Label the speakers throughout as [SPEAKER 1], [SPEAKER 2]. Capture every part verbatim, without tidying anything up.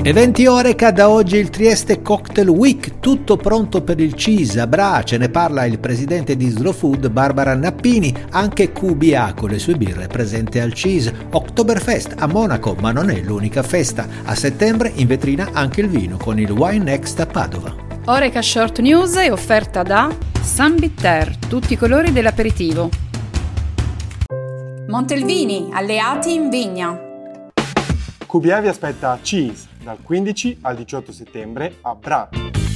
[SPEAKER 1] Eventi Oreca, da oggi il Trieste Cocktail Week, tutto pronto per il CISE a Bra, ce ne parla il presidente di Slow Food Barbara Nappini, anche Q B A con le sue birre presente al CISE, Oktoberfest a Monaco, ma non è l'unica festa, a settembre in vetrina anche il vino con il Wine Next a Padova.
[SPEAKER 2] Oreca Short News è offerta da San Bitter, tutti i colori dell'aperitivo. Montelvini, alleati in vigna.
[SPEAKER 3] Q B A vi aspetta a CISE dal quindici al diciotto settembre a Bra.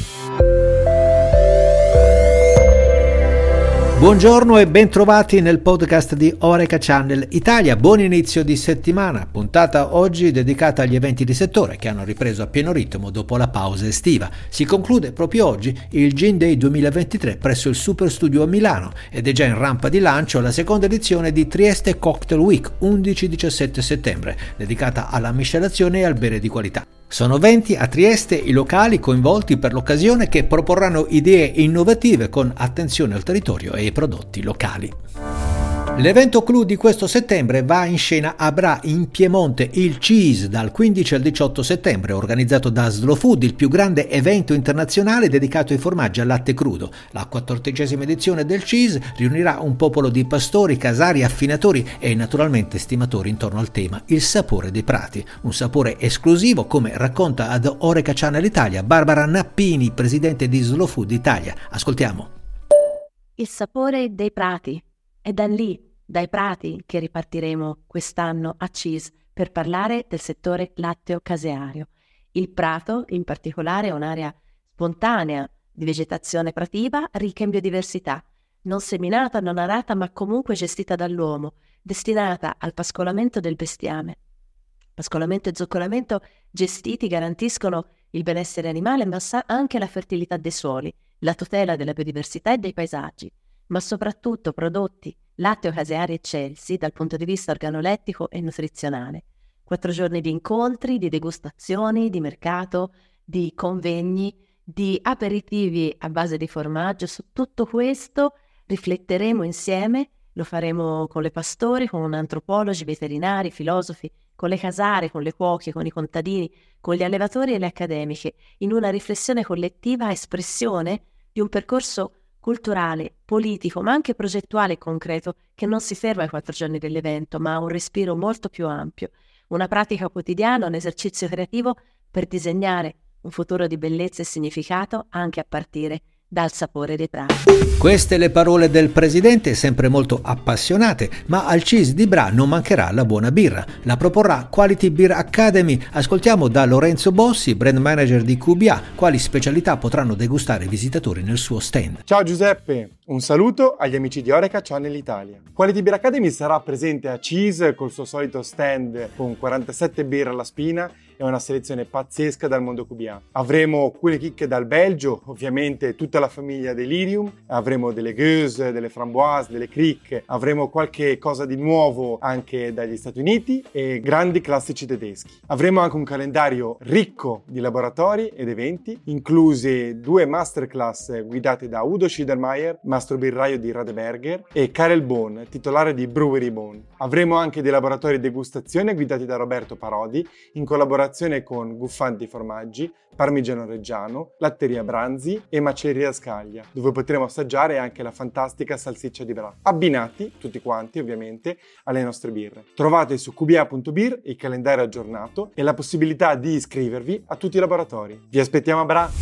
[SPEAKER 1] Buongiorno e bentrovati nel podcast di Oreca Channel Italia. Buon inizio di settimana, puntata oggi dedicata agli eventi di settore che hanno ripreso a pieno ritmo dopo la pausa estiva. Si conclude proprio oggi il Gin Day duemilaventitré presso il Super Studio a Milano ed è già in rampa di lancio la seconda edizione di Trieste Cocktail Week undici diciassette settembre, dedicata alla miscelazione e al bere di qualità. Sono venti a Trieste i locali coinvolti per l'occasione che proporranno idee innovative con attenzione al territorio e ai prodotti locali. L'evento clou di questo settembre va in scena a Bra in Piemonte, il CISE dal quindici al diciotto settembre, organizzato da Slow Food, il più grande evento internazionale dedicato ai formaggi al latte crudo. La quattordicesima edizione del CISE riunirà un popolo di pastori, casari, affinatori e naturalmente stimatori intorno al tema il sapore dei prati, un sapore esclusivo come racconta ad Oreca Channel Italia Barbara Nappini, presidente di Slow Food Italia. Ascoltiamo.
[SPEAKER 4] Il sapore dei prati. È da lì, dai prati, che ripartiremo quest'anno a CISE per parlare del settore latteo-caseario. Il prato, in particolare, è un'area spontanea di vegetazione prativa ricca in biodiversità, non seminata, non arata, ma comunque gestita dall'uomo, destinata al pascolamento del bestiame. Pascolamento e zoccolamento gestiti garantiscono il benessere animale, ma anche la fertilità dei suoli, la tutela della biodiversità e dei paesaggi, ma soprattutto prodotti latteo-caseari eccelsi dal punto di vista organolettico e nutrizionale. Quattro giorni di incontri, di degustazioni, di mercato, di convegni, di aperitivi a base di formaggio. Su tutto questo rifletteremo insieme, lo faremo con le pastori, con antropologi, veterinari, filosofi, con le casare, con le cuoche, con i contadini, con gli allevatori e le accademiche, in una riflessione collettiva, espressione di un percorso culturale, politico, ma anche progettuale e concreto, che non si ferma ai quattro giorni dell'evento, ma ha un respiro molto più ampio, una pratica quotidiana, un esercizio creativo per disegnare un futuro di bellezza e significato anche a partire dal sapore dei prati.
[SPEAKER 1] Queste le parole del presidente, sempre molto appassionate, ma al CISE di Bra non mancherà la buona birra. La proporrà Quality Beer Academy. Ascoltiamo da Lorenzo Bossi, brand manager di Q B A, quali specialità potranno degustare i visitatori nel suo stand.
[SPEAKER 3] Ciao Giuseppe, un saluto agli amici di Oreca Channel Italia. Quality Beer Academy sarà presente a CISE col suo solito stand con quarantasette birre alla spina e una selezione pazzesca dal mondo Q B A. Avremo alcune chicche dal Belgio, ovviamente tutta la famiglia Delirium, avremo delle Gueuse, delle Framboise, delle Cric, avremo qualche cosa di nuovo anche dagli Stati Uniti e grandi classici tedeschi. Avremo anche un calendario ricco di laboratori ed eventi, incluse due masterclass guidate da Udo Schiedermeier, mastro birraio di Radeberger, e Karel Bohn, titolare di Brewery Bohn. Avremo anche dei laboratori degustazione guidati da Roberto Parodi, in collaborazione con Guffanti Formaggi, Parmigiano Reggiano, Latteria Branzi e Macelleria Scaglia, dove potremo assaggiare anche la fantastica salsiccia di Bra, abbinati, tutti quanti ovviamente, alle nostre birre. Trovate su q b a punto bir il calendario aggiornato e la possibilità di iscrivervi a tutti i laboratori. Vi aspettiamo a Bra!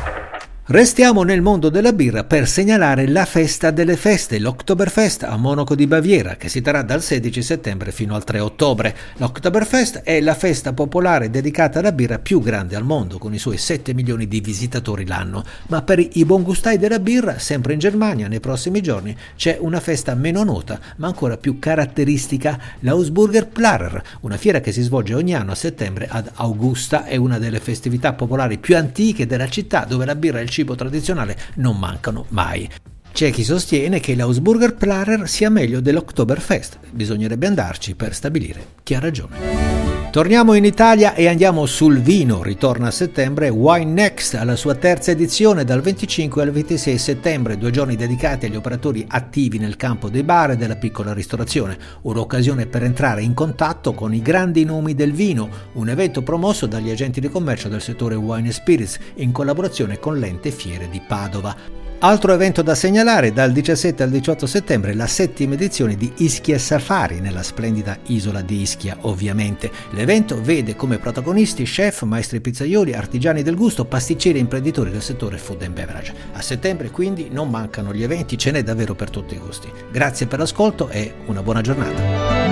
[SPEAKER 1] Restiamo nel mondo della birra per segnalare la festa delle feste, l'Oktoberfest a Monaco di Baviera, che si terrà dal sedici settembre fino al tre ottobre. L'Oktoberfest è la festa popolare dedicata alla birra più grande al mondo, con i suoi sette milioni di visitatori l'anno. Ma per i buongustai della birra, sempre in Germania, nei prossimi giorni, c'è una festa meno nota, ma ancora più caratteristica, l'Ausburger Plarer, una fiera che si svolge ogni anno a settembre ad Augusta. È una delle festività popolari più antiche della città, dove la birra e il cibo tradizionale non mancano mai. C'è chi sostiene che l'Ausburger Plarer sia meglio dell'Oktoberfest. Bisognerebbe andarci per stabilire chi ha ragione. Torniamo in Italia e andiamo sul vino. Ritorna a settembre Wine Next alla sua terza edizione dal venticinque al ventisei settembre, due giorni dedicati agli operatori attivi nel campo dei bar e della piccola ristorazione. Un'occasione per entrare in contatto con i grandi nomi del vino, un evento promosso dagli agenti di commercio del settore Wine and Spirits in collaborazione con l'Ente Fiere di Padova. Altro evento da segnalare: dal diciassette al diciotto settembre la settima edizione di Ischia Safari nella splendida isola di Ischia, ovviamente. L'evento vede come protagonisti chef, maestri pizzaioli, artigiani del gusto, pasticceri e imprenditori del settore food and beverage. A settembre quindi non mancano gli eventi, ce n'è davvero per tutti i gusti. Grazie per l'ascolto e una buona giornata.